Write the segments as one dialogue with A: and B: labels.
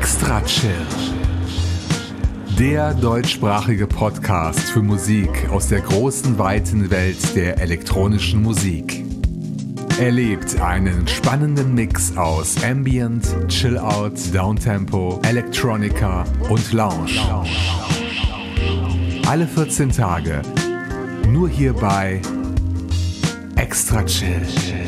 A: Extra Chill. Der deutschsprachige Podcast für Musik aus der großen, weiten Welt der elektronischen Musik. Erlebt einen spannenden Mix aus Ambient, Chill-Out, Downtempo, Electronica und Lounge. Alle 14 Tage, nur hier bei Extra Chill.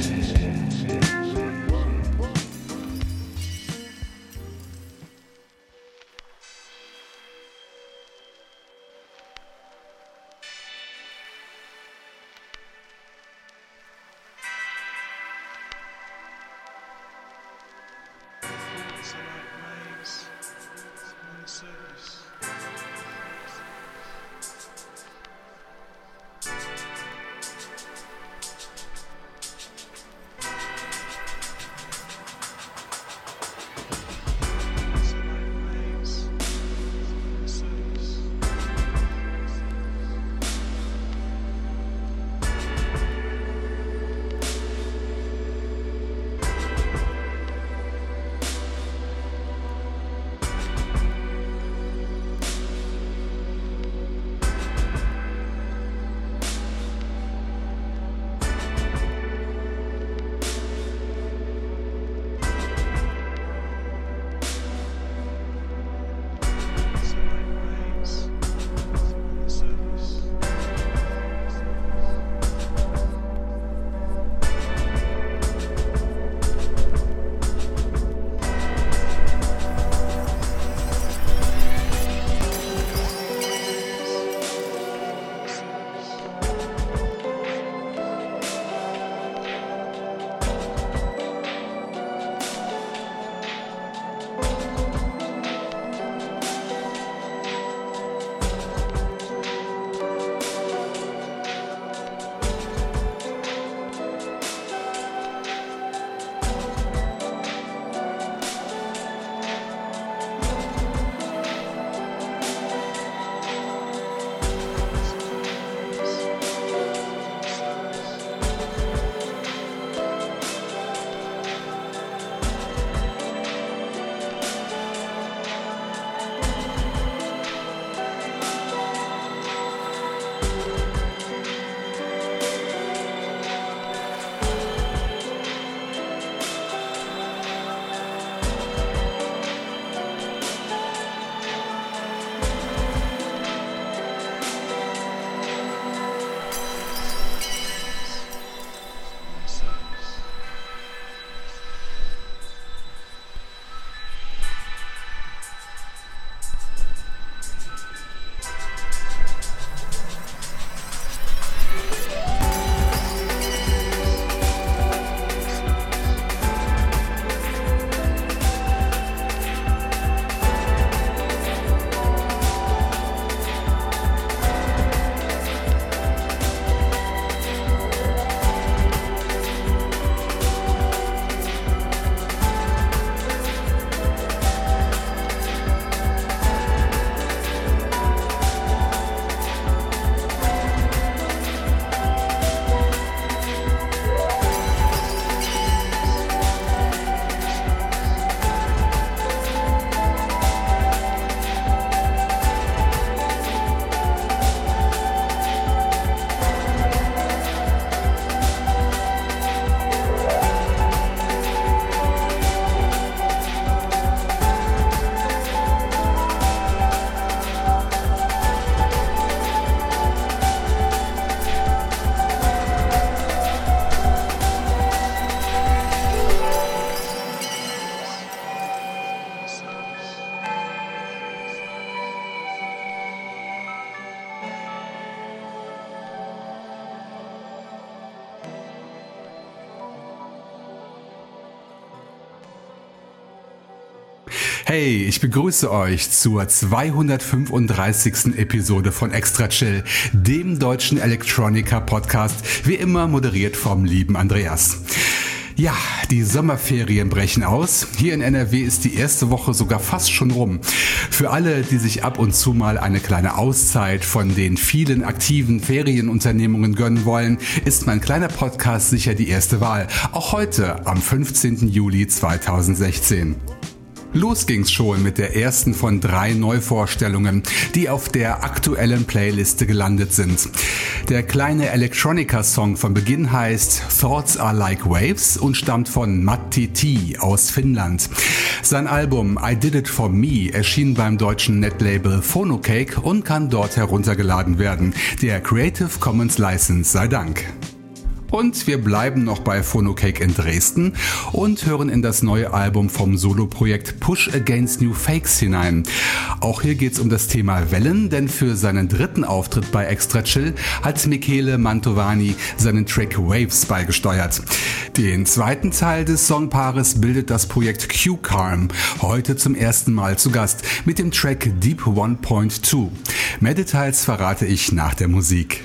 A: Hey, ich begrüße euch zur 235. Episode von Extra Chill, dem deutschen Electronica-Podcast, wie immer moderiert vom lieben Andreas. Ja, die Sommerferien brechen aus. Hier in NRW ist die erste Woche sogar fast schon rum. Für alle, die sich ab und zu mal eine kleine Auszeit von den vielen aktiven Ferienunternehmungen gönnen wollen, ist mein kleiner Podcast sicher die erste Wahl. Auch heute, am 15. Juli 2016. Los ging's schon mit der ersten von 3 Neuvorstellungen, die auf der aktuellen Playliste gelandet sind. Der kleine Electronica-Song von Beginn heißt Thoughts Are Like Waves und stammt von Matti T aus Finnland. Sein Album I Did It For Me erschien beim deutschen Netlabel Phonocake und kann dort heruntergeladen werden. Der Creative Commons License sei Dank. Und wir bleiben noch bei Phonocake in Dresden und hören in das neue Album vom Soloprojekt Push Against New Fakes hinein. Auch hier geht's um das Thema Wellen, denn für seinen 3. Auftritt bei Extra Chill hat Michele Mantovani seinen Track Waves beigesteuert. Den 2. Teil des Songpaares bildet das Projekt Q-Calm, heute zum ersten Mal zu Gast mit dem Track Deep 1.2. Mehr Details verrate ich nach der Musik.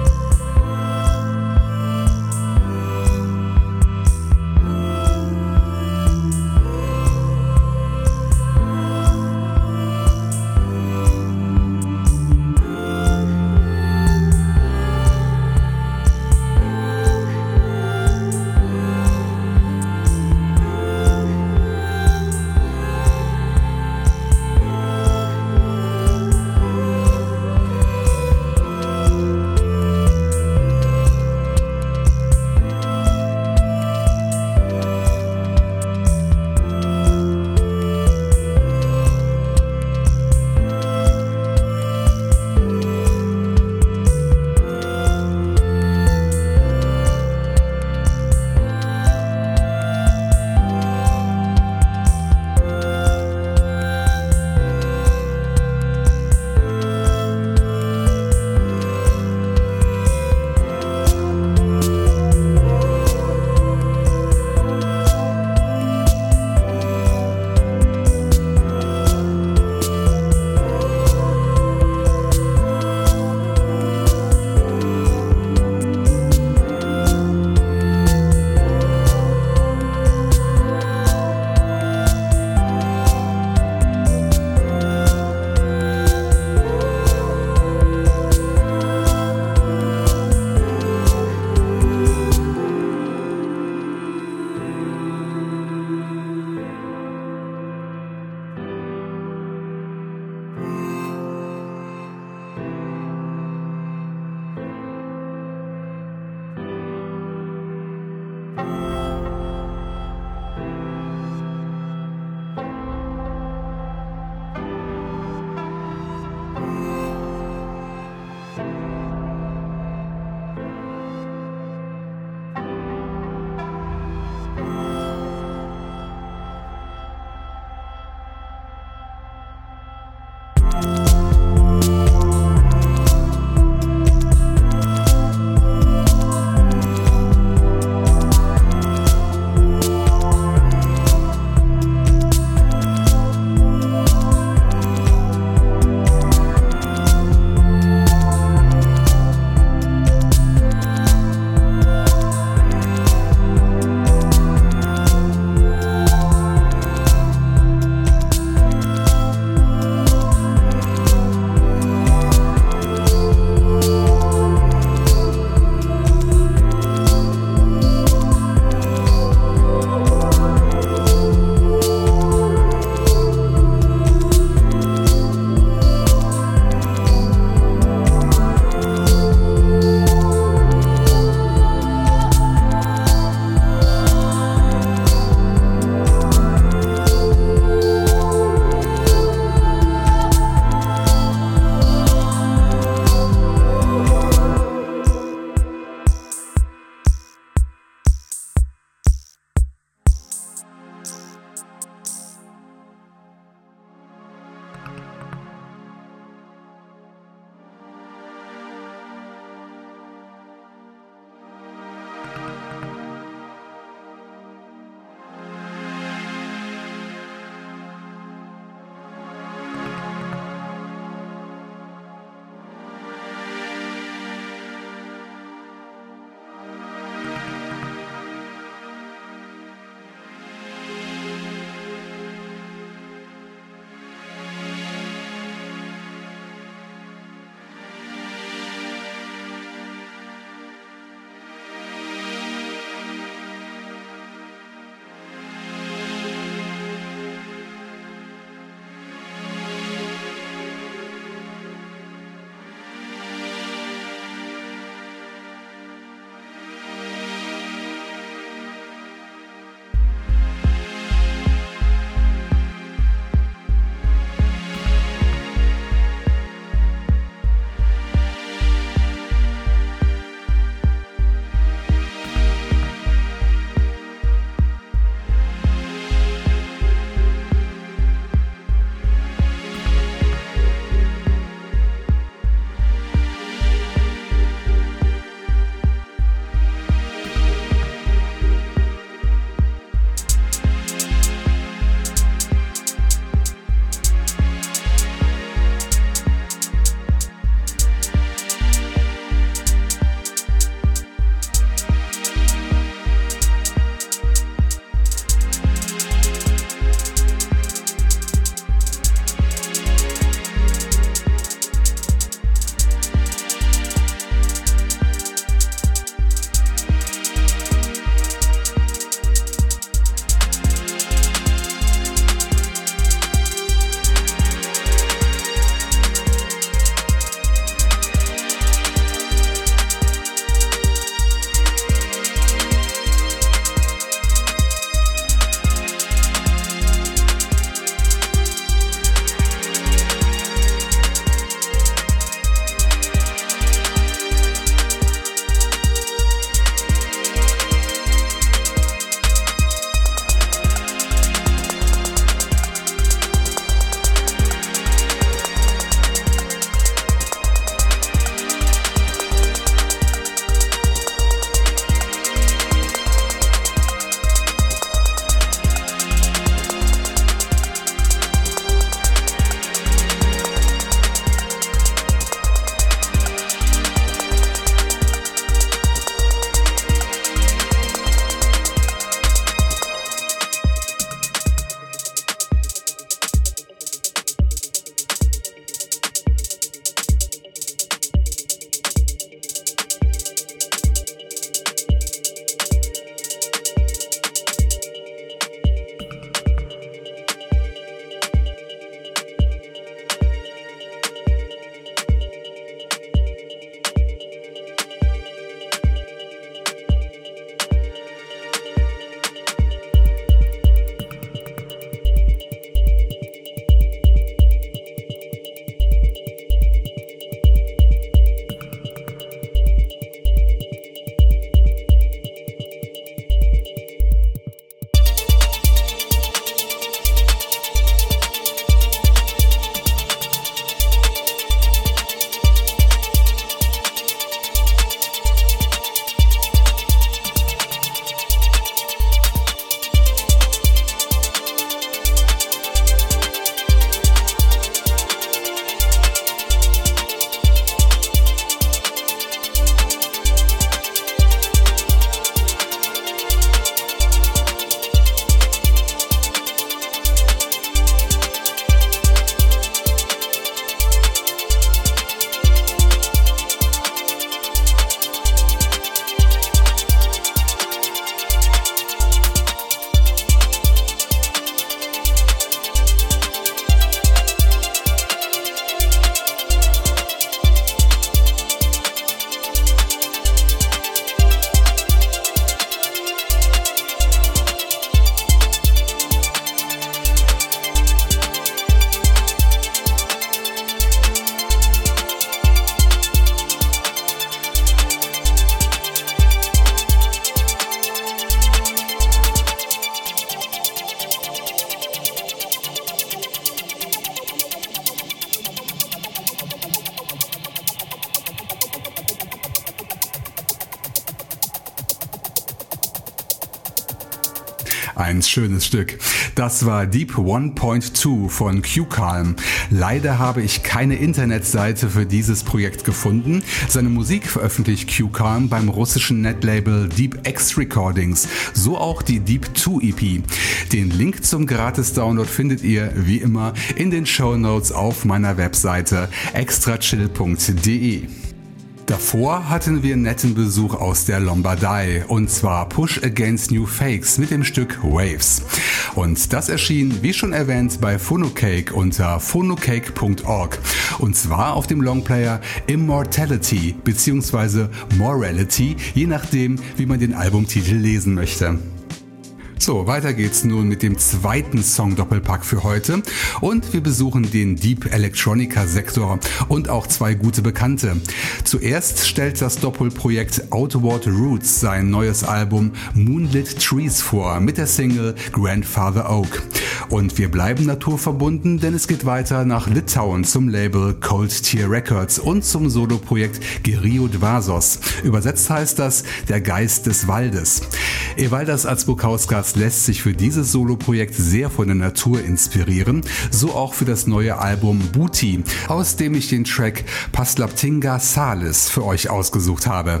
A: Ein schönes Stück. Das war Deep 1.2 von Q-Calm. Leider habe ich keine Internetseite für dieses Projekt gefunden. Seine Musik veröffentlicht Q-Calm beim russischen Netlabel Deep X Recordings, so auch die Deep 2 EP. Den Link zum Gratis-Download findet ihr, wie immer, in den Shownotes auf meiner Webseite extrachill.de. Davor hatten wir netten Besuch aus der Lombardei, und zwar Push Against New Fakes mit dem Stück Waves. Und das erschien, wie schon erwähnt, bei Phonocake unter phonocake.org, und zwar auf dem Longplayer Immortality bzw. Morality, je nachdem, wie man den Albumtitel lesen möchte. So, weiter geht's nun mit dem zweiten Song-Doppelpack für heute, und wir besuchen den Deep Electronica-Sektor und auch zwei gute Bekannte. Zuerst stellt das Doppelprojekt Outward Roots sein neues Album Moonlit Trees vor mit der Single Grandfather Oak. Und wir bleiben naturverbunden, denn es geht weiter nach Litauen zum Label Cold Tear Records und zum Soloprojekt Gerio Dvasos. Übersetzt heißt das Der Geist des Waldes. Evaldas Atsbukauskas lässt sich für dieses Soloprojekt sehr von der Natur inspirieren, so auch für das neue Album Booty, aus dem ich den Track Paslaptinga Salis für euch ausgesucht habe.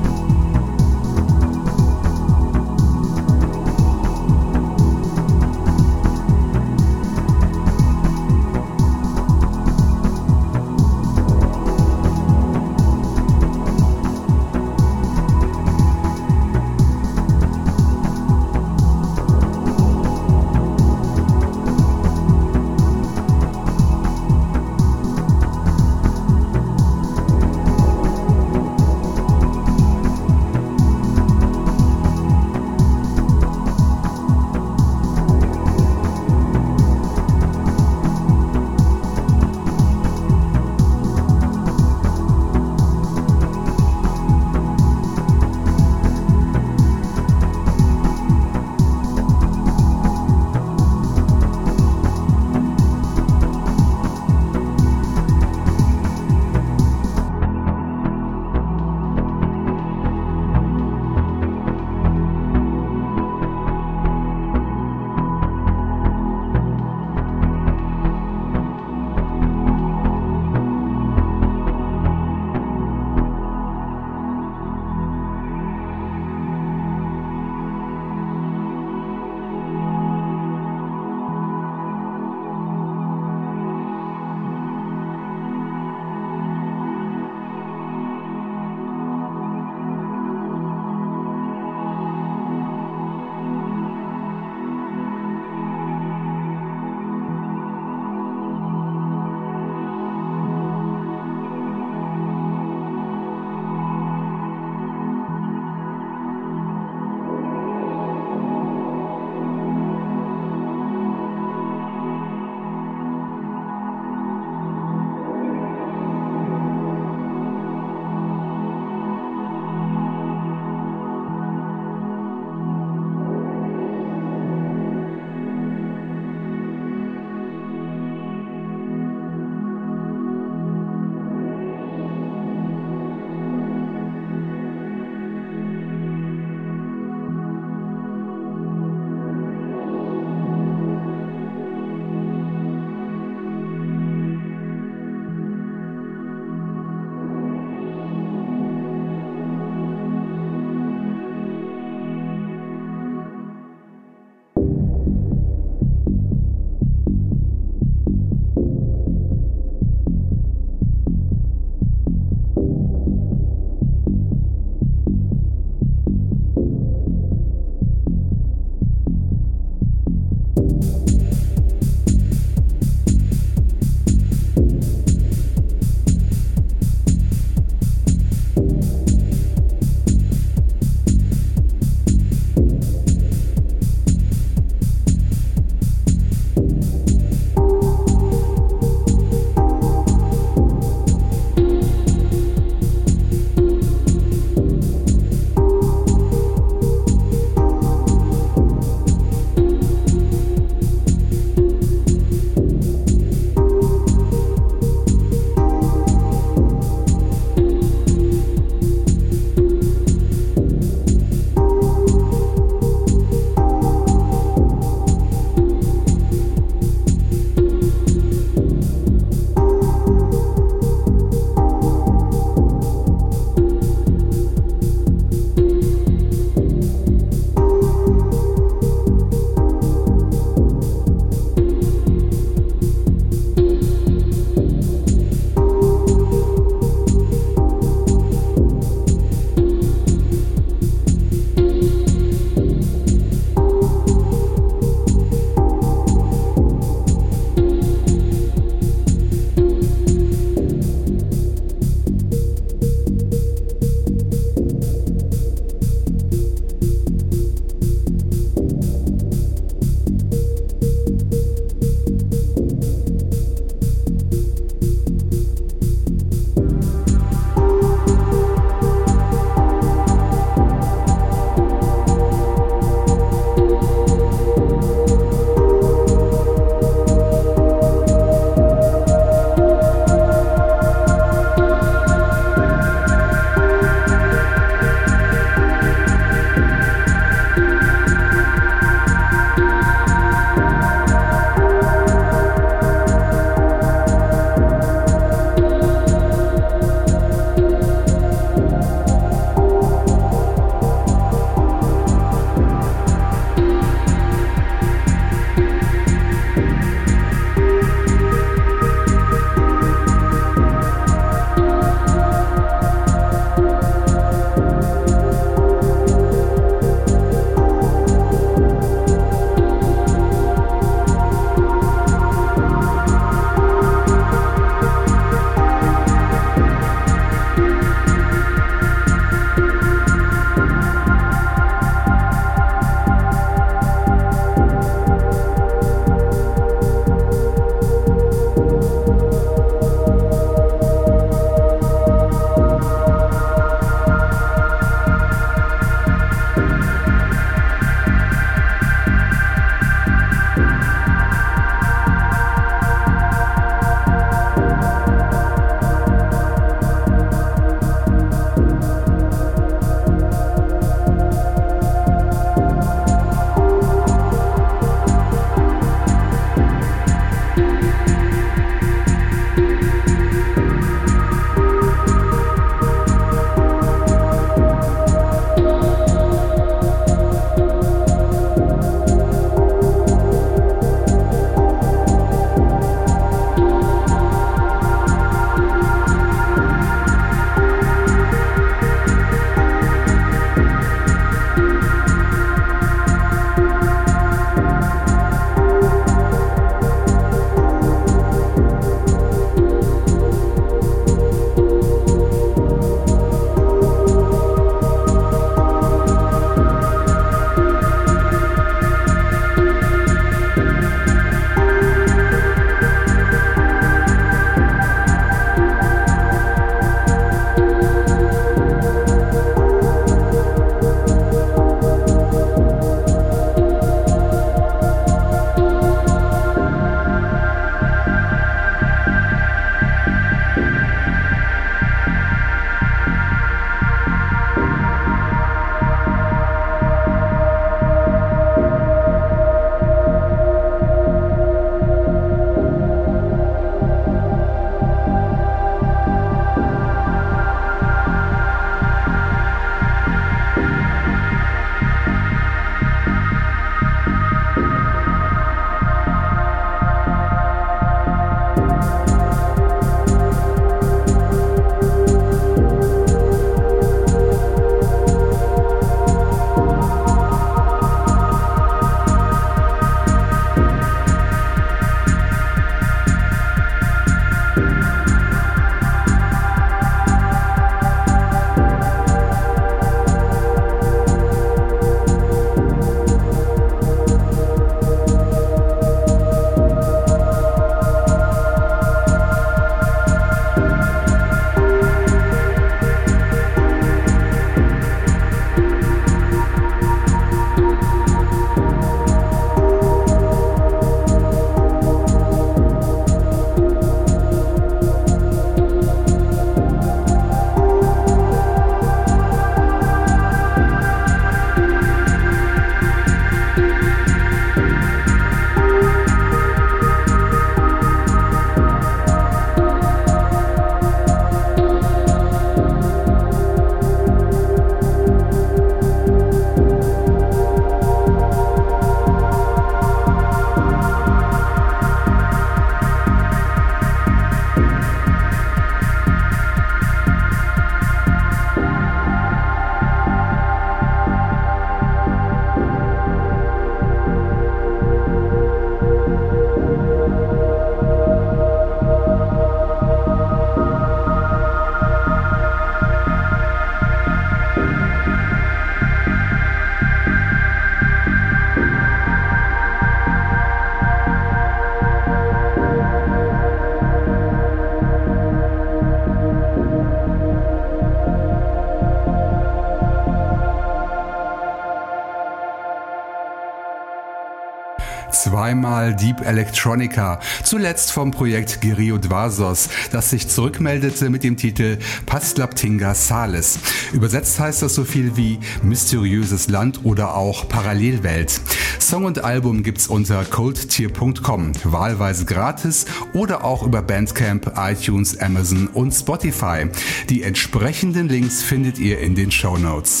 A: Zweimal Deep Electronica, zuletzt vom Projekt Gyriodvasos, das sich zurückmeldete mit dem Titel Pastlaptinga Sales. Übersetzt heißt das so viel wie mysteriöses Land oder auch Parallelwelt. Song und Album gibt's unter coldtier.com, wahlweise gratis oder auch über Bandcamp, iTunes, Amazon und Spotify. Die entsprechenden Links findet ihr in den Shownotes.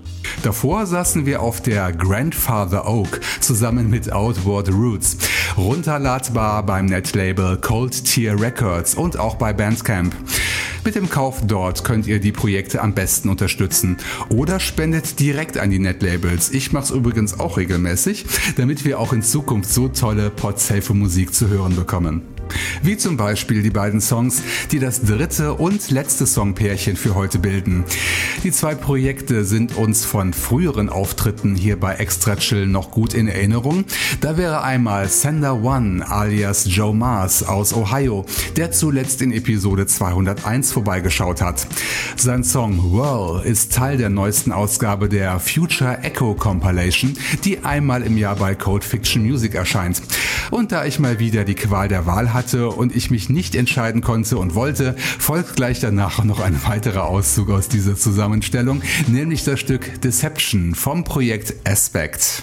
A: Davor saßen wir auf der Grandfather Oak zusammen mit Outward Roots. Runterladbar beim Netlabel Cold Tier Records und auch bei Bandcamp. Mit dem Kauf dort könnt ihr die Projekte am besten unterstützen oder spendet direkt an die Netlabels. Ich mach's übrigens auch regelmäßig, damit wir auch in Zukunft so tolle podsafe Musik zu hören bekommen. Wie zum Beispiel die beiden Songs, die das dritte und letzte Songpärchen für heute bilden. Die zwei Projekte sind uns von früheren Auftritten hier bei Extra Chill noch gut in Erinnerung. Da wäre einmal Sender One alias Joe Mars aus Ohio, der zuletzt in Episode 201 vorbeigeschaut hat. Sein Song Whirl ist Teil der neuesten Ausgabe der Future Echo Compilation, die einmal im Jahr bei Code Fiction Music erscheint. Und da ich mal wieder die Qual der Wahl hatte und ich mich nicht entscheiden konnte und wollte, folgt gleich danach noch ein weiterer Auszug aus dieser Zusammenstellung, nämlich das Stück Deception vom Projekt Aspect.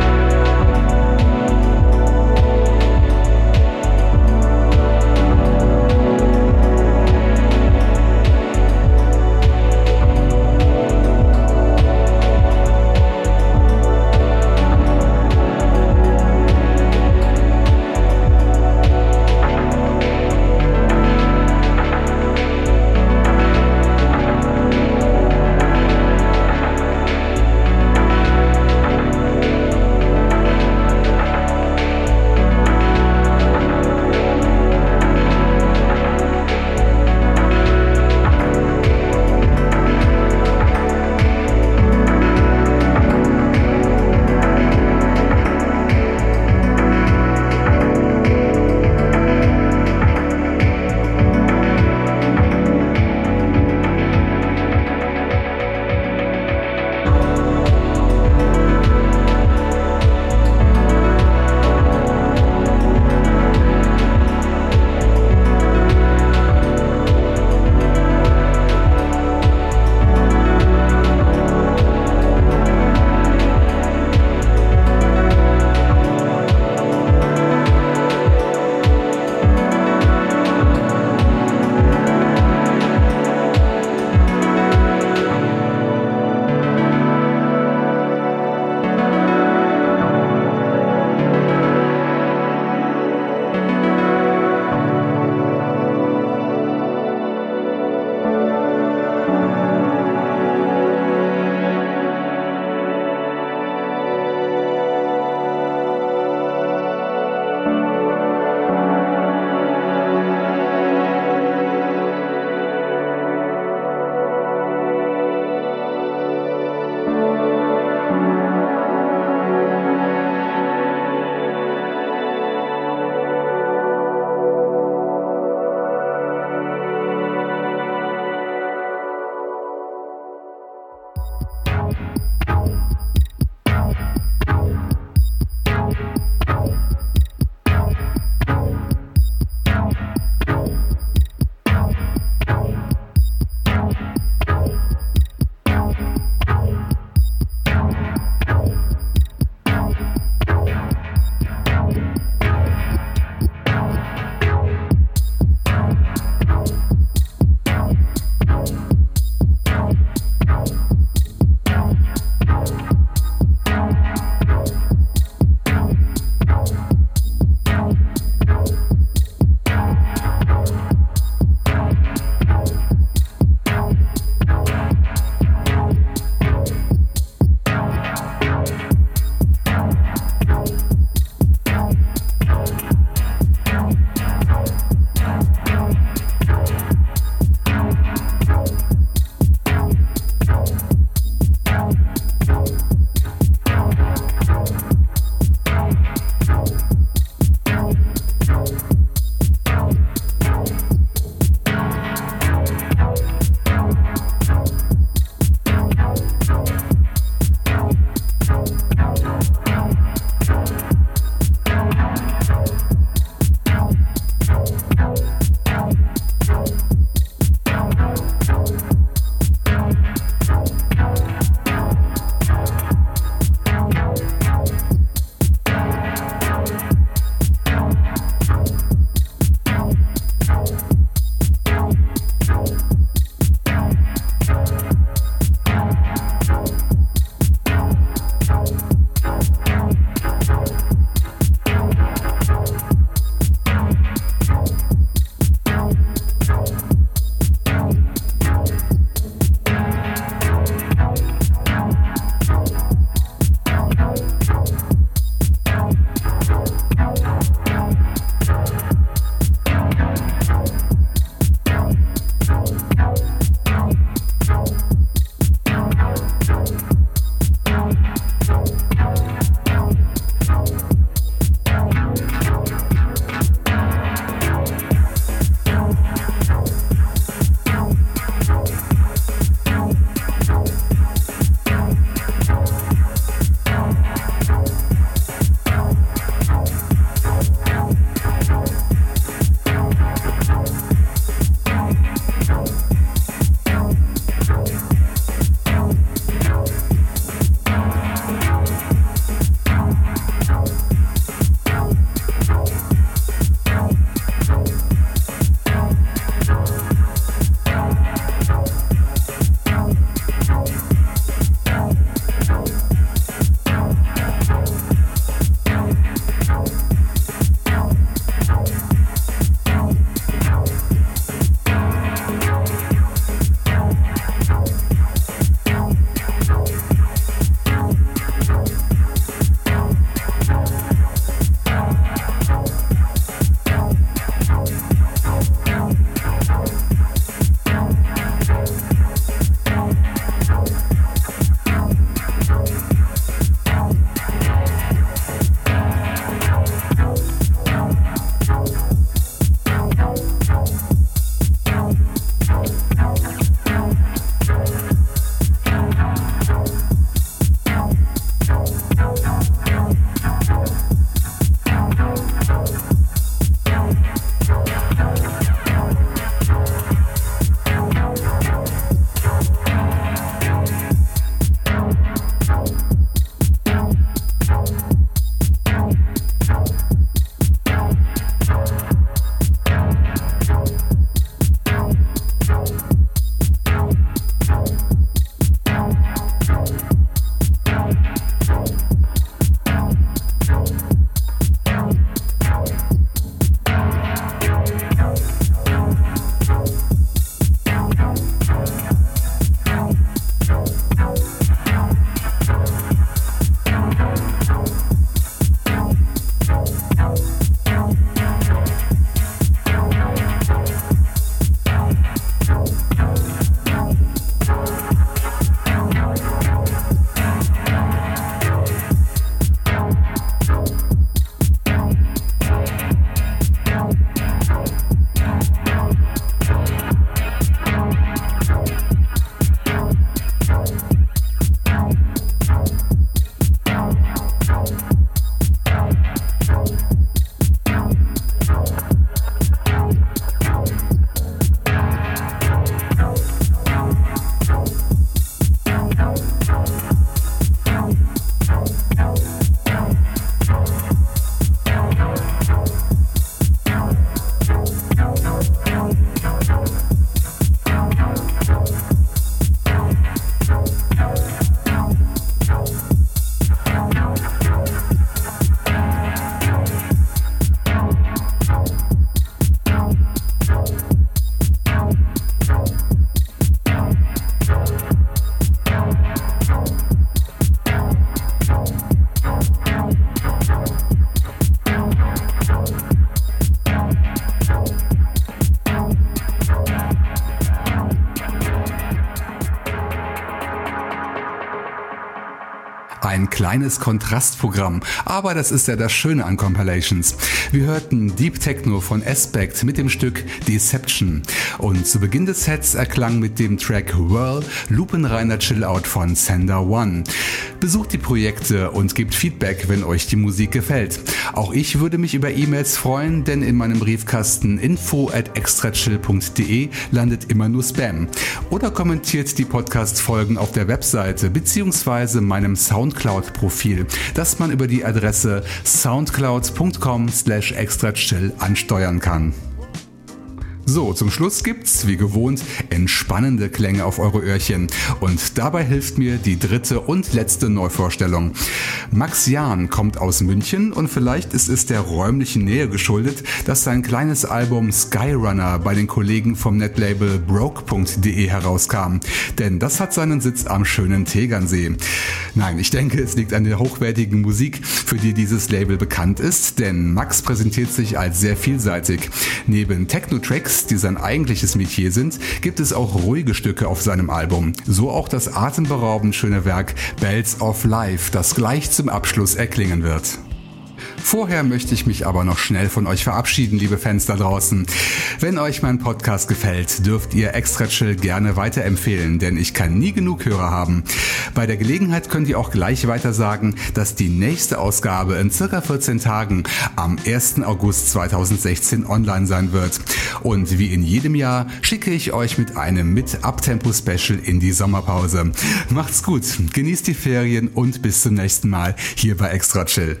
A: Ein kleines Kontrastprogramm, aber das ist ja das Schöne an Compilations. Wir hörten Deep Techno von Aspect mit dem Stück Deception und zu Beginn des Sets erklang mit dem Track Whirl lupenreiner Chillout von Sender One. Besucht die Projekte und gebt Feedback, wenn euch die Musik gefällt. Auch ich würde mich über E-Mails freuen, denn in meinem Briefkasten info@extrachill.de landet immer nur Spam. Oder kommentiert die Podcast-Folgen auf der Webseite bzw. meinem Soundcloud-Profil, das man über die Adresse soundcloud.com/extrachill ansteuern kann. So, zum Schluss gibt's, wie gewohnt, entspannende Klänge auf eure Öhrchen. Und dabei hilft mir die dritte und letzte Neuvorstellung. Max Jahn kommt aus München und vielleicht ist es der räumlichen Nähe geschuldet, dass sein kleines Album Skyrunner bei den Kollegen vom Netlabel broke.de herauskam. Denn das hat seinen Sitz am schönen Tegernsee. Nein, ich denke, es liegt an der hochwertigen Musik, für die dieses Label bekannt ist, denn Max präsentiert sich als sehr vielseitig. Neben Techno-Tracks, die sein eigentliches Metier sind, gibt es auch ruhige Stücke auf seinem Album. So auch das atemberaubend schöne Werk Bells of Life, das gleich zum Abschluss erklingen wird. Vorher möchte ich mich aber noch schnell von euch verabschieden, liebe Fans da draußen. Wenn euch mein Podcast gefällt, dürft ihr Extra Chill gerne weiterempfehlen, denn ich kann nie genug Hörer haben. Bei der Gelegenheit könnt ihr auch gleich weiter sagen, dass die nächste Ausgabe in circa 14 Tagen am 1. August 2016 online sein wird. Und wie in jedem Jahr schicke ich euch mit einem Mit-Uptempo-Special in die Sommerpause. Macht's gut, genießt die Ferien und bis zum nächsten Mal hier bei Extra Chill.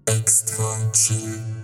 B: Extra chill.